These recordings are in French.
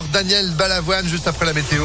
Daniel Balavoine juste après la météo.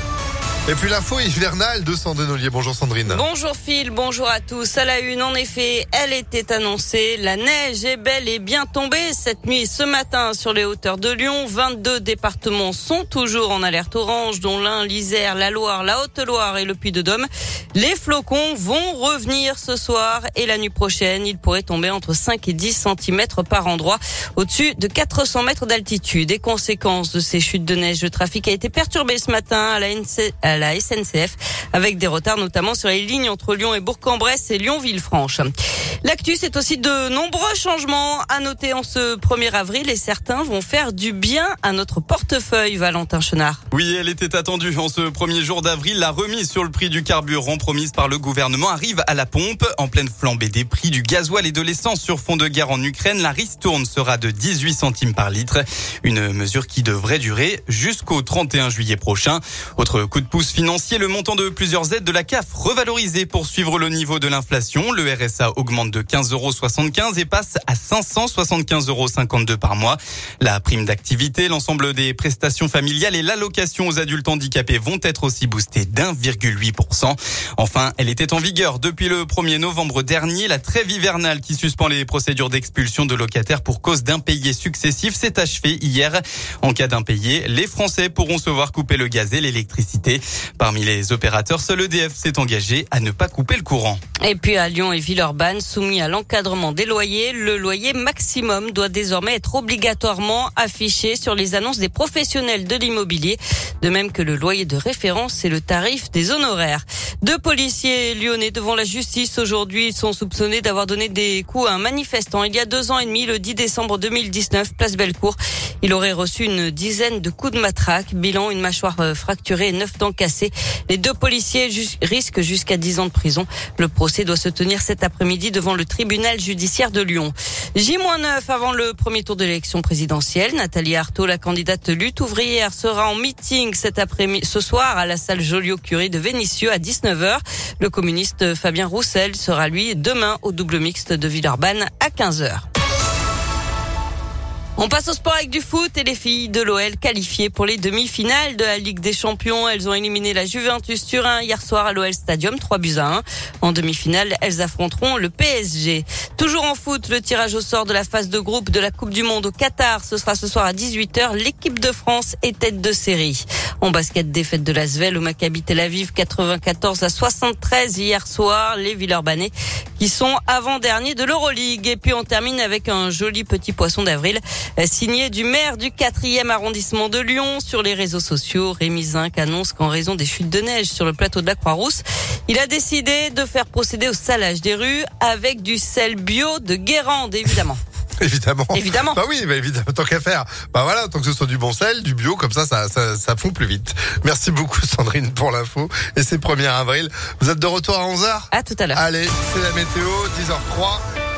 Et puis l'info hivernale de Sandrine Ollier. Bonjour Sandrine. Bonjour Phil, bonjour à tous. À la une, en effet, elle était annoncée. La neige est bel et bien tombée cette nuit et ce matin sur les hauteurs de Lyon. 22 départements sont toujours en alerte orange, dont l'Ain, l'Isère, la Loire, la Haute-Loire et le Puy-de-Dôme. Les flocons vont revenir ce soir et la nuit prochaine. Ils pourraient tomber entre 5 et 10 cm par endroit, au-dessus de 400 mètres d'altitude. Et conséquence de ces chutes de neige, le trafic a été perturbé ce matin à la SNCF, avec des retards notamment sur les lignes entre Lyon et Bourg-en-Bresse et Lyon-Villefranche. L'actu, c'est aussi de nombreux changements à noter en ce 1er avril et certains vont faire du bien à notre portefeuille, Valentin Chenard. Oui, elle était attendue en ce premier jour d'avril. La remise sur le prix du carburant promise par le gouvernement arrive à la pompe. En pleine flambée des prix du gasoil et de l'essence sur fond de guerre en Ukraine, la ristourne sera de 18 centimes par litre. Une mesure qui devrait durer jusqu'au 31 juillet prochain. Autre coup de pouce financier, le montant de plusieurs aides de la CAF revalorisé pour suivre le niveau de l'inflation. Le RSA augmente de 15,75 € et passe à 575,52 € par mois. La prime d'activité, l'ensemble des prestations familiales et l'allocation aux adultes handicapés vont être aussi boostées d'1,8%. Enfin, elle était en vigueur depuis le 1er novembre dernier. La trêve hivernale qui suspend les procédures d'expulsion de locataires pour cause d'impayés successifs s'est achevée hier. En cas d'impayés, les Français pourront se voir couper le gaz et l'électricité. Parmi les opérateurs, seul EDF s'est engagé à ne pas couper le courant. Et puis à Lyon et Villeurbanne, soumis à l'encadrement des loyers, le loyer maximum doit désormais être obligatoirement affiché sur les annonces des professionnels de l'immobilier, de même que le loyer de référence et le tarif des honoraires. 2 policiers lyonnais devant la justice aujourd'hui. Ils sont soupçonnés d'avoir donné des coups à un manifestant il y a 2 ans et demi, le 10 décembre 2019, place Bellecour. Il aurait reçu une dizaine de coups de matraque. Bilan, une mâchoire fracturée et 9 dents cassées. Les 2 policiers risquent jusqu'à 10 ans de prison. Le procès doit se tenir cet après-midi devant le tribunal judiciaire de Lyon. J-9 avant le premier tour de l'élection présidentielle. Nathalie Arthaud, la candidate lutte ouvrière, sera en meeting ce soir à la salle Joliot-Curie de Vénissieux à 19h. Le communiste Fabien Roussel sera lui demain au double mixte de Villeurbanne à 15h. On passe au sport avec du foot et les filles de l'OL qualifiées pour les demi-finales de la Ligue des Champions. Elles ont éliminé la Juventus Turin hier soir à l'OL Stadium, 3-1. En demi-finale, elles affronteront le PSG. Toujours en foot, le tirage au sort de la phase de groupe de la Coupe du Monde au Qatar. Ce sera ce soir à 18h. L'équipe de France est tête de série. En basket, défaite de l'Asvel au Maccabi Tel Aviv, 94-73 hier soir. Les Villeurbanais qui sont avant-derniers de l'Euroleague. Et puis on termine avec un joli petit poisson d'avril signé du maire du 4e arrondissement de Lyon. Sur les réseaux sociaux, Rémi Zinc annonce qu'en raison des chutes de neige sur le plateau de la Croix-Rousse, il a décidé de faire procéder au salage des rues avec du sel bio de Guérande, évidemment. Évidemment. Bah oui, évidemment, tant qu'à faire. Bah voilà, tant que ce soit du bon sel, du bio, comme ça fond plus vite. Merci beaucoup Sandrine pour l'info. Et c'est 1er avril. Vous êtes de retour à 11h? À tout à l'heure. Allez, c'est la météo, 10h03.